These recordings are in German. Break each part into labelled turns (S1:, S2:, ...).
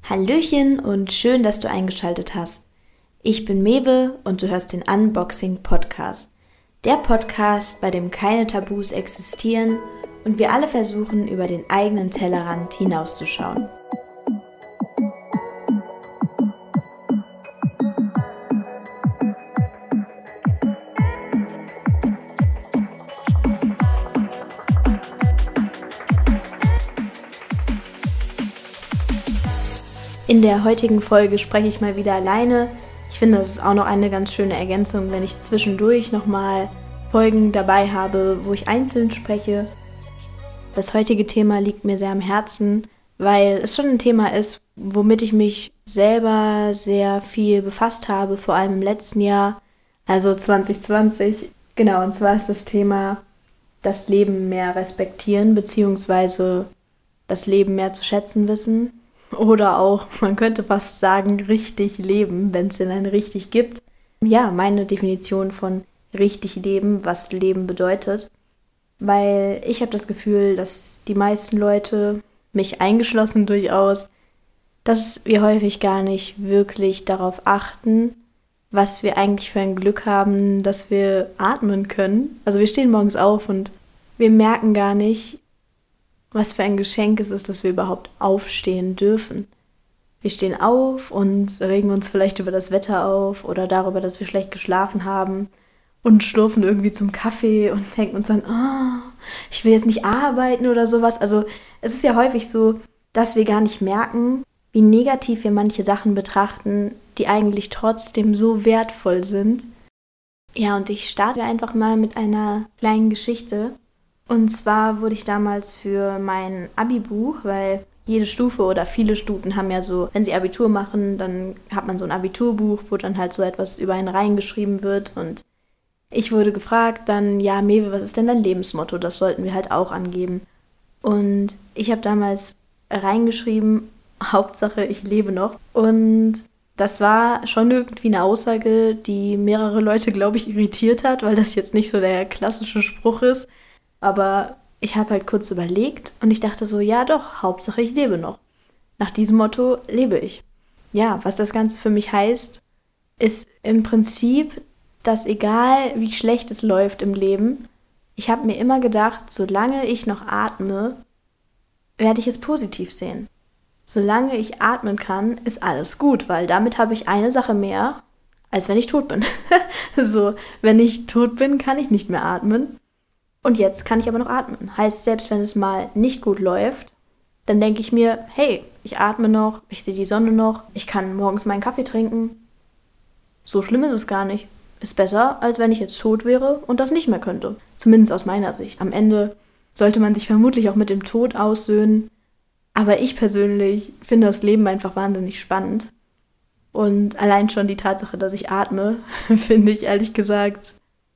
S1: Hallöchen und schön, dass du eingeschaltet hast. Ich bin Mewe und du hörst den Unboxing Podcast. Der Podcast, bei dem keine Tabus existieren und wir alle versuchen, über den eigenen Tellerrand hinauszuschauen. In der heutigen Folge spreche ich mal wieder alleine. Ich finde, das ist auch noch eine ganz schöne Ergänzung, wenn ich zwischendurch nochmal Folgen dabei habe, wo ich einzeln spreche. Das heutige Thema liegt mir sehr am Herzen, weil es schon ein Thema ist, womit ich mich selber sehr viel befasst habe, vor allem im letzten Jahr, also 2020. Genau, und zwar ist das Thema das Leben mehr respektieren, beziehungsweise das Leben mehr zu schätzen wissen. Oder auch, man könnte fast sagen, richtig leben, wenn es denn ein richtig gibt. Ja, meine Definition von richtig leben, was Leben bedeutet. Weil ich habe das Gefühl, dass die meisten Leute, mich eingeschlossen durchaus, dass wir häufig gar nicht wirklich darauf achten, was wir eigentlich für ein Glück haben, dass wir atmen können. Also wir stehen morgens auf und wir merken gar nicht, was für ein Geschenk es ist, dass wir überhaupt aufstehen dürfen. Wir stehen auf und regen uns vielleicht über das Wetter auf oder darüber, dass wir schlecht geschlafen haben und schlurfen irgendwie zum Kaffee und denken uns dann, ich will jetzt nicht arbeiten oder sowas. Also es ist ja häufig so, dass wir gar nicht merken, wie negativ wir manche Sachen betrachten, die eigentlich trotzdem so wertvoll sind. Ja, und ich starte einfach mal mit einer kleinen Geschichte. Und zwar wurde ich damals für mein Abi-Buch, weil jede Stufe oder viele Stufen haben ja so, wenn sie Abitur machen, dann hat man so ein Abiturbuch, wo dann halt so etwas über einen reingeschrieben wird. Und ich wurde gefragt dann, ja Mewe, was ist denn dein Lebensmotto? Das sollten wir halt auch angeben. Und ich habe damals reingeschrieben, Hauptsache ich lebe noch. Und das war schon irgendwie eine Aussage, die mehrere Leute, glaube ich, irritiert hat, weil das jetzt nicht so der klassische Spruch ist. Aber ich habe halt kurz überlegt und ich dachte so, ja doch, Hauptsache ich lebe noch. Nach diesem Motto lebe ich. Ja, was das Ganze für mich heißt, ist im Prinzip, dass egal wie schlecht es läuft im Leben, ich habe mir immer gedacht, solange ich noch atme, werde ich es positiv sehen. Solange ich atmen kann, ist alles gut, weil damit habe ich eine Sache mehr, als wenn ich tot bin. So, wenn ich tot bin, kann ich nicht mehr atmen. Und jetzt kann ich aber noch atmen. Heißt, selbst wenn es mal nicht gut läuft, dann denke ich mir, hey, ich atme noch, ich sehe die Sonne noch, ich kann morgens meinen Kaffee trinken. So schlimm ist es gar nicht. Ist besser, als wenn ich jetzt tot wäre und das nicht mehr könnte. Zumindest aus meiner Sicht. Am Ende sollte man sich vermutlich auch mit dem Tod aussöhnen. Aber ich persönlich finde das Leben einfach wahnsinnig spannend. Und allein schon die Tatsache, dass ich atme, finde ich ehrlich gesagt,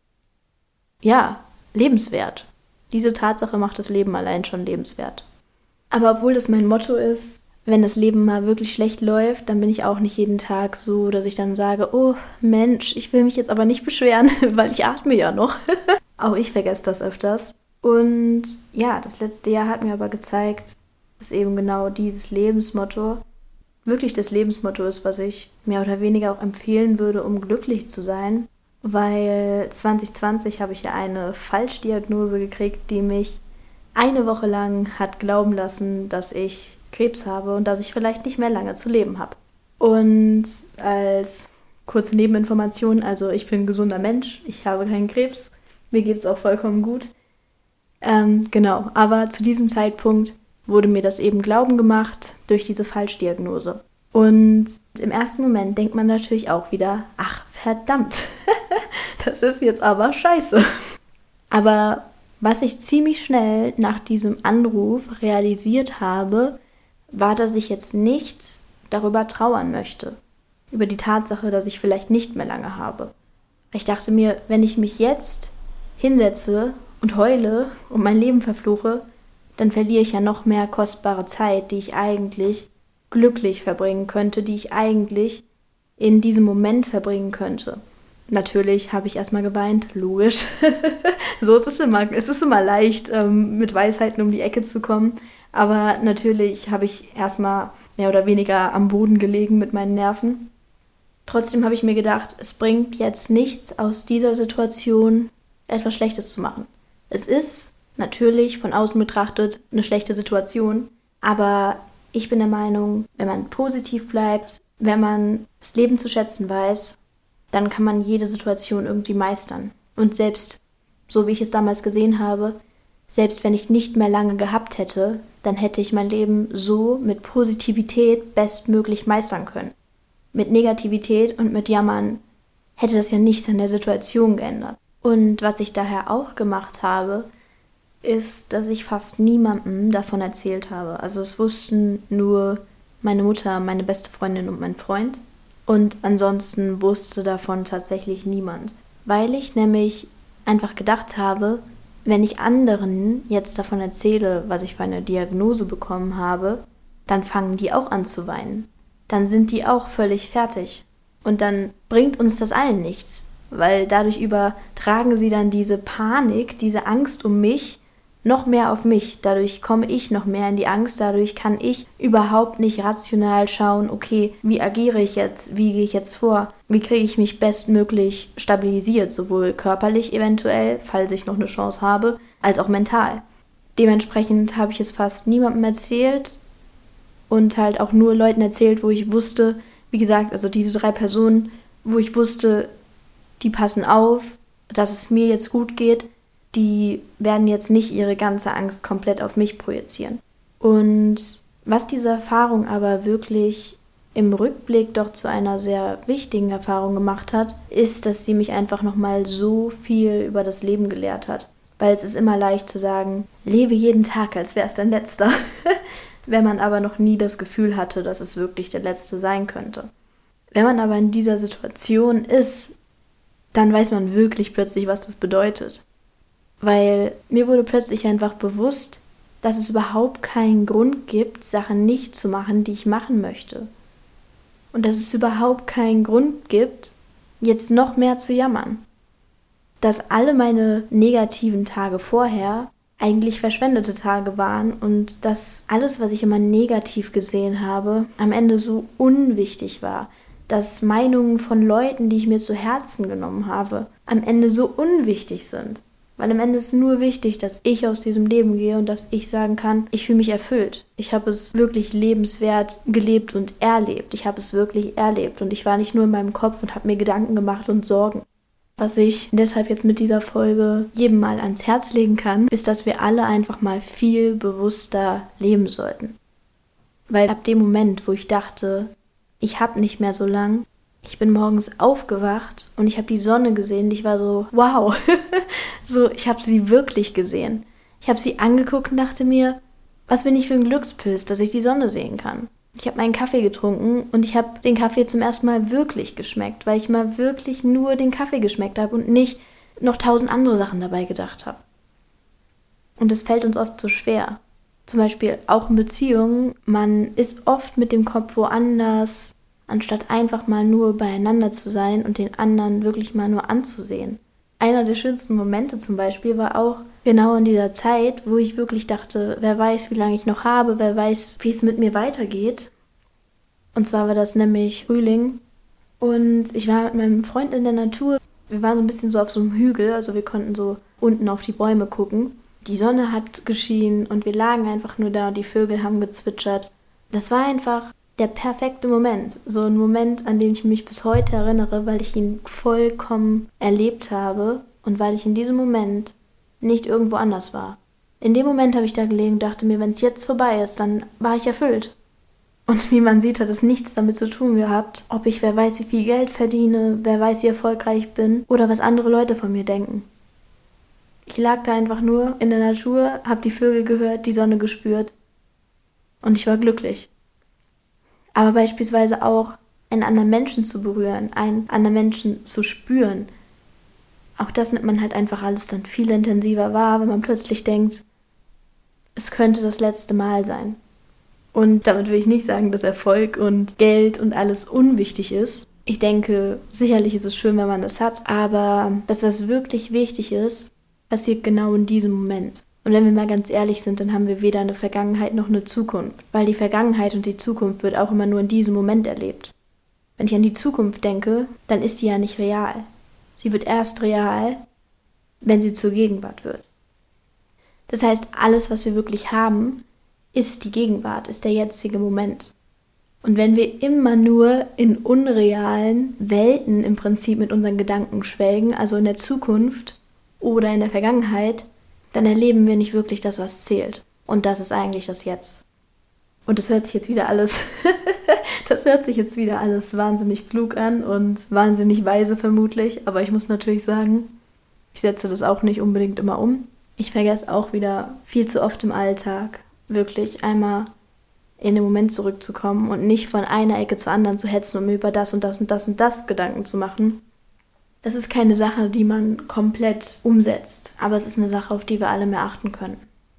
S1: ja, lebenswert. Diese Tatsache macht das Leben allein schon lebenswert. Aber obwohl das mein Motto ist, wenn das Leben mal wirklich schlecht läuft, dann bin ich auch nicht jeden Tag so, dass ich dann sage, oh Mensch, ich will mich jetzt aber nicht beschweren, weil ich atme ja noch. Auch ich vergesse das öfters. Und ja, das letzte Jahr hat mir aber gezeigt, dass eben genau dieses Lebensmotto wirklich das Lebensmotto ist, was ich mehr oder weniger auch empfehlen würde, um glücklich zu sein. Weil 2020 habe ich ja eine Falschdiagnose gekriegt, die mich eine Woche lang hat glauben lassen, dass ich Krebs habe und dass ich vielleicht nicht mehr lange zu leben habe. Und als kurze Nebeninformation, also ich bin ein gesunder Mensch, ich habe keinen Krebs, mir geht es auch vollkommen gut. Genau, aber zu diesem Zeitpunkt wurde mir das eben glauben gemacht durch diese Falschdiagnose. Und im ersten Moment denkt man natürlich auch wieder, ach verdammt, das ist jetzt aber scheiße. Aber was ich ziemlich schnell nach diesem Anruf realisiert habe, war, dass ich jetzt nicht darüber trauern möchte. Über die Tatsache, dass ich vielleicht nicht mehr lange habe. Ich dachte mir, wenn ich mich jetzt hinsetze und heule und mein Leben verfluche, dann verliere ich ja noch mehr kostbare Zeit, die ich eigentlich glücklich verbringen könnte, die ich eigentlich in diesem Moment verbringen könnte. Natürlich habe ich erstmal geweint, logisch. So ist es immer. Es ist immer leicht, mit Weisheiten um die Ecke zu kommen. Aber natürlich habe ich erstmal mehr oder weniger am Boden gelegen mit meinen Nerven. Trotzdem habe ich mir gedacht, es bringt jetzt nichts, aus dieser Situation etwas Schlechtes zu machen. Es ist natürlich von außen betrachtet eine schlechte Situation, aber ich bin der Meinung, wenn man positiv bleibt, wenn man das Leben zu schätzen weiß, dann kann man jede Situation irgendwie meistern. Und selbst, so wie ich es damals gesehen habe, selbst wenn ich nicht mehr lange gehabt hätte, dann hätte ich mein Leben so mit Positivität bestmöglich meistern können. Mit Negativität und mit Jammern hätte das ja nichts an der Situation geändert. Und was ich daher auch gemacht habe, ist, dass ich fast niemandem davon erzählt habe. Also es wussten nur meine Mutter, meine beste Freundin und mein Freund. Und ansonsten wusste davon tatsächlich niemand. Weil ich nämlich einfach gedacht habe, wenn ich anderen jetzt davon erzähle, was ich für eine Diagnose bekommen habe, dann fangen die auch an zu weinen. Dann sind die auch völlig fertig. Und dann bringt uns das allen nichts, weil dadurch übertragen sie dann diese Panik, diese Angst um mich noch mehr auf mich. Dadurch komme ich noch mehr in die Angst, dadurch kann ich überhaupt nicht rational schauen, okay, wie agiere ich jetzt, wie gehe ich jetzt vor, wie kriege ich mich bestmöglich stabilisiert, sowohl körperlich eventuell, falls ich noch eine Chance habe, als auch mental. Dementsprechend habe ich es fast niemandem erzählt und halt auch nur Leuten erzählt, wo ich wusste, wie gesagt, also diese 3 Personen, wo ich wusste, die passen auf, dass es mir jetzt gut geht, die werden jetzt nicht ihre ganze Angst komplett auf mich projizieren. Und was diese Erfahrung aber wirklich im Rückblick doch zu einer sehr wichtigen Erfahrung gemacht hat, ist, dass sie mich einfach nochmal so viel über das Leben gelehrt hat. Weil es ist immer leicht zu sagen, lebe jeden Tag, als wäre es dein letzter. Wenn man aber noch nie das Gefühl hatte, dass es wirklich der letzte sein könnte. Wenn man aber in dieser Situation ist, dann weiß man wirklich plötzlich, was das bedeutet. Weil mir wurde plötzlich einfach bewusst, dass es überhaupt keinen Grund gibt, Sachen nicht zu machen, die ich machen möchte. Und dass es überhaupt keinen Grund gibt, jetzt noch mehr zu jammern. Dass alle meine negativen Tage vorher eigentlich verschwendete Tage waren und dass alles, was ich immer negativ gesehen habe, am Ende so unwichtig war. Dass Meinungen von Leuten, die ich mir zu Herzen genommen habe, am Ende so unwichtig sind. Weil am Ende ist nur wichtig, dass ich aus diesem Leben gehe und dass ich sagen kann, ich fühle mich erfüllt. Ich habe es wirklich lebenswert gelebt und erlebt. Ich habe es wirklich erlebt und ich war nicht nur in meinem Kopf und habe mir Gedanken gemacht und Sorgen. Was ich deshalb jetzt mit dieser Folge jedem mal ans Herz legen kann, ist, dass wir alle einfach mal viel bewusster leben sollten. Weil ab dem Moment, wo ich dachte, ich habe nicht mehr so lang, ich bin morgens aufgewacht und ich habe die Sonne gesehen und ich war so, wow, so, ich habe sie wirklich gesehen. Ich habe sie angeguckt und dachte mir, was bin ich für ein Glückspilz, dass ich die Sonne sehen kann. Ich habe meinen Kaffee getrunken und ich habe den Kaffee zum ersten Mal wirklich geschmeckt, weil ich mal wirklich nur den Kaffee geschmeckt habe und nicht noch 1000 andere Sachen dabei gedacht habe. Und es fällt uns oft so schwer. Zum Beispiel auch in Beziehungen, man ist oft mit dem Kopf woanders, anstatt einfach mal nur beieinander zu sein und den anderen wirklich mal nur anzusehen. Einer der schönsten Momente zum Beispiel war auch genau in dieser Zeit, wo ich wirklich dachte, wer weiß, wie lange ich noch habe, wer weiß, wie es mit mir weitergeht. Und zwar war das nämlich Frühling und ich war mit meinem Freund in der Natur. Wir waren so ein bisschen so auf so einem Hügel, also wir konnten so unten auf die Bäume gucken. Die Sonne hat geschienen und wir lagen einfach nur da und die Vögel haben gezwitschert. Das war einfach der perfekte Moment. So ein Moment, an den ich mich bis heute erinnere, weil ich ihn vollkommen erlebt habe und weil ich in diesem Moment nicht irgendwo anders war. In dem Moment habe ich da gelegen und dachte mir, wenn es jetzt vorbei ist, dann war ich erfüllt. Und wie man sieht, hat es nichts damit zu tun gehabt, ob ich wer weiß wie viel Geld verdiene, wer weiß wie erfolgreich bin oder was andere Leute von mir denken. Ich lag da einfach nur in der Natur, habe die Vögel gehört, die Sonne gespürt und ich war glücklich. Aber beispielsweise auch einen anderen Menschen zu berühren, einen anderen Menschen zu spüren, auch das nimmt man halt einfach alles dann viel intensiver wahr, wenn man plötzlich denkt, es könnte das letzte Mal sein. Und damit will ich nicht sagen, dass Erfolg und Geld und alles unwichtig ist. Ich denke, sicherlich ist es schön, wenn man das hat, aber das, was wirklich wichtig ist, passiert genau in diesem Moment. Und wenn wir mal ganz ehrlich sind, dann haben wir weder eine Vergangenheit noch eine Zukunft, weil die Vergangenheit und die Zukunft wird auch immer nur in diesem Moment erlebt. Wenn ich an die Zukunft denke, dann ist sie ja nicht real. Sie wird erst real, wenn sie zur Gegenwart wird. Das heißt, alles, was wir wirklich haben, ist die Gegenwart, ist der jetzige Moment. Und wenn wir immer nur in unrealen Welten im Prinzip mit unseren Gedanken schwelgen, also in der Zukunft oder in der Vergangenheit, dann erleben wir nicht wirklich das, was zählt. Und das ist eigentlich das Jetzt. Und das hört sich jetzt wieder alles wahnsinnig klug an und wahnsinnig weise vermutlich. Aber ich muss natürlich sagen, ich setze das auch nicht unbedingt immer um. Ich vergesse auch wieder viel zu oft im Alltag, wirklich einmal in den Moment zurückzukommen und nicht von einer Ecke zur anderen zu hetzen, um mir über das und das und das und das Gedanken zu machen. Das ist keine Sache, die man komplett umsetzt, aber es ist eine Sache, auf die wir alle mehr achten können.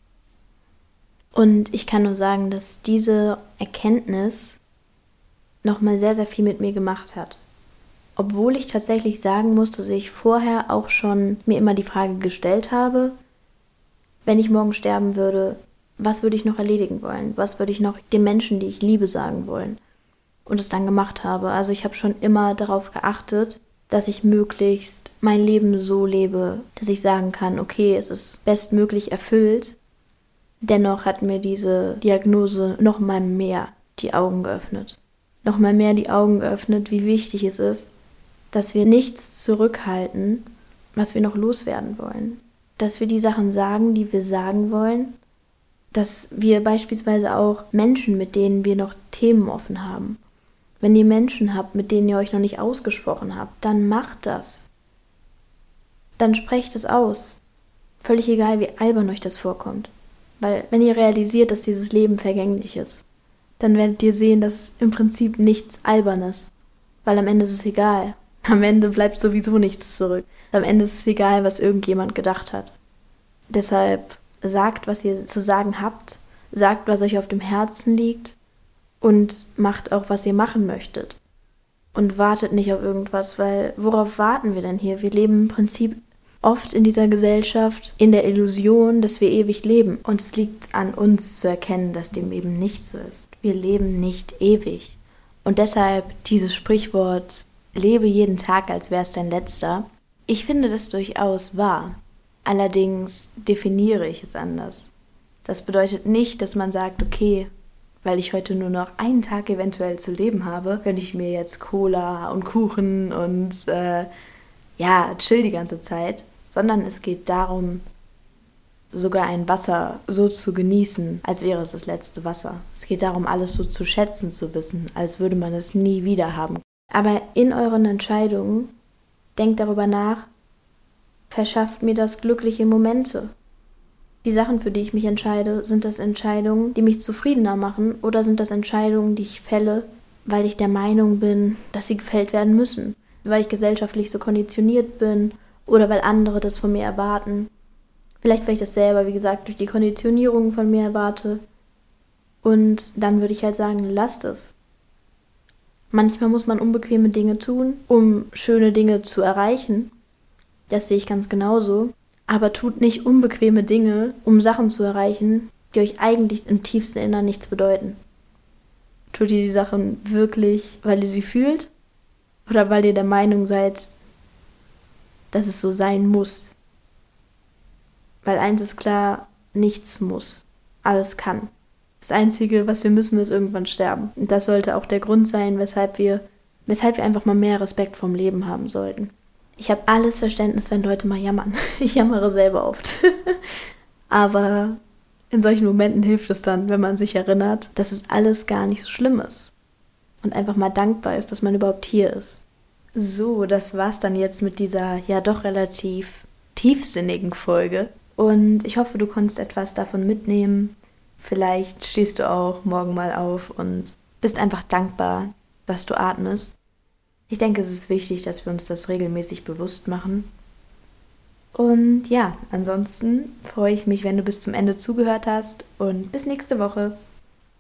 S1: Und ich kann nur sagen, dass diese Erkenntnis nochmal sehr, sehr viel mit mir gemacht hat. Obwohl ich tatsächlich sagen muss, dass ich vorher auch schon mir immer die Frage gestellt habe, wenn ich morgen sterben würde, was würde ich noch erledigen wollen? Was würde ich noch den Menschen, die ich liebe, sagen wollen? Und es dann gemacht habe. Also ich habe schon immer darauf geachtet, dass ich möglichst mein Leben so lebe, dass ich sagen kann, okay, es ist bestmöglich erfüllt. Dennoch hat mir diese Diagnose noch mal mehr die Augen geöffnet. Noch mal mehr die Augen geöffnet, wie wichtig es ist, dass wir nichts zurückhalten, was wir noch loswerden wollen. Dass wir die Sachen sagen, die wir sagen wollen. Dass wir beispielsweise auch Menschen, mit denen wir noch Themen offen haben. Wenn ihr Menschen habt, mit denen ihr euch noch nicht ausgesprochen habt, dann macht das. Dann sprecht es aus. Völlig egal, wie albern euch das vorkommt. Weil wenn ihr realisiert, dass dieses Leben vergänglich ist, dann werdet ihr sehen, dass im Prinzip nichts Albernes. Weil am Ende ist es egal. Am Ende bleibt sowieso nichts zurück. Am Ende ist es egal, was irgendjemand gedacht hat. Deshalb sagt, was ihr zu sagen habt, sagt, was euch auf dem Herzen liegt und macht auch, was ihr machen möchtet. Und wartet nicht auf irgendwas, weil worauf warten wir denn hier? Wir leben im Prinzip oft in dieser Gesellschaft in der Illusion, dass wir ewig leben. Und es liegt an uns zu erkennen, dass dem eben nicht so ist. Wir leben nicht ewig. Und deshalb dieses Sprichwort, lebe jeden Tag, als wäre es dein letzter. Ich finde das durchaus wahr. Allerdings definiere ich es anders. Das bedeutet nicht, dass man sagt, okay, weil ich heute nur noch einen Tag eventuell zu leben habe, gönne ich mir jetzt Cola und Kuchen und chill die ganze Zeit. Sondern es geht darum, sogar ein Wasser so zu genießen, als wäre es das letzte Wasser. Es geht darum, alles so zu schätzen zu wissen, als würde man es nie wieder haben. Aber in euren Entscheidungen denkt darüber nach, verschafft mir das glückliche Momente. Die Sachen, für die ich mich entscheide, sind das Entscheidungen, die mich zufriedener machen, oder sind das Entscheidungen, die ich fälle, weil ich der Meinung bin, dass sie gefällt werden müssen, weil ich gesellschaftlich so konditioniert bin oder weil andere das von mir erwarten. Vielleicht, weil ich das selber, wie gesagt, durch die Konditionierung von mir erwarte. Und dann würde ich halt sagen, lasst es. Manchmal muss man unbequeme Dinge tun, um schöne Dinge zu erreichen. Das sehe ich ganz genauso. Aber tut nicht unbequeme Dinge, um Sachen zu erreichen, die euch eigentlich im tiefsten Innern nichts bedeuten. Tut ihr die Sachen wirklich, weil ihr sie fühlt? Oder weil ihr der Meinung seid, dass es so sein muss? Weil eins ist klar, nichts muss. Alles kann. Das Einzige, was wir müssen, ist irgendwann sterben. Und das sollte auch der Grund sein, weshalb wir einfach mal mehr Respekt vom Leben haben sollten. Ich habe alles Verständnis, wenn Leute mal jammern. Ich jammere selber oft. Aber in solchen Momenten hilft es dann, wenn man sich erinnert, dass es alles gar nicht so schlimm ist. Und einfach mal dankbar ist, dass man überhaupt hier ist. So, das war's dann jetzt mit dieser ja doch relativ tiefsinnigen Folge. Und ich hoffe, du konntest etwas davon mitnehmen. Vielleicht stehst du auch morgen mal auf und bist einfach dankbar, dass du atmest. Ich denke, es ist wichtig, dass wir uns das regelmäßig bewusst machen. Und ja, ansonsten freue ich mich, wenn du bis zum Ende zugehört hast und bis nächste Woche.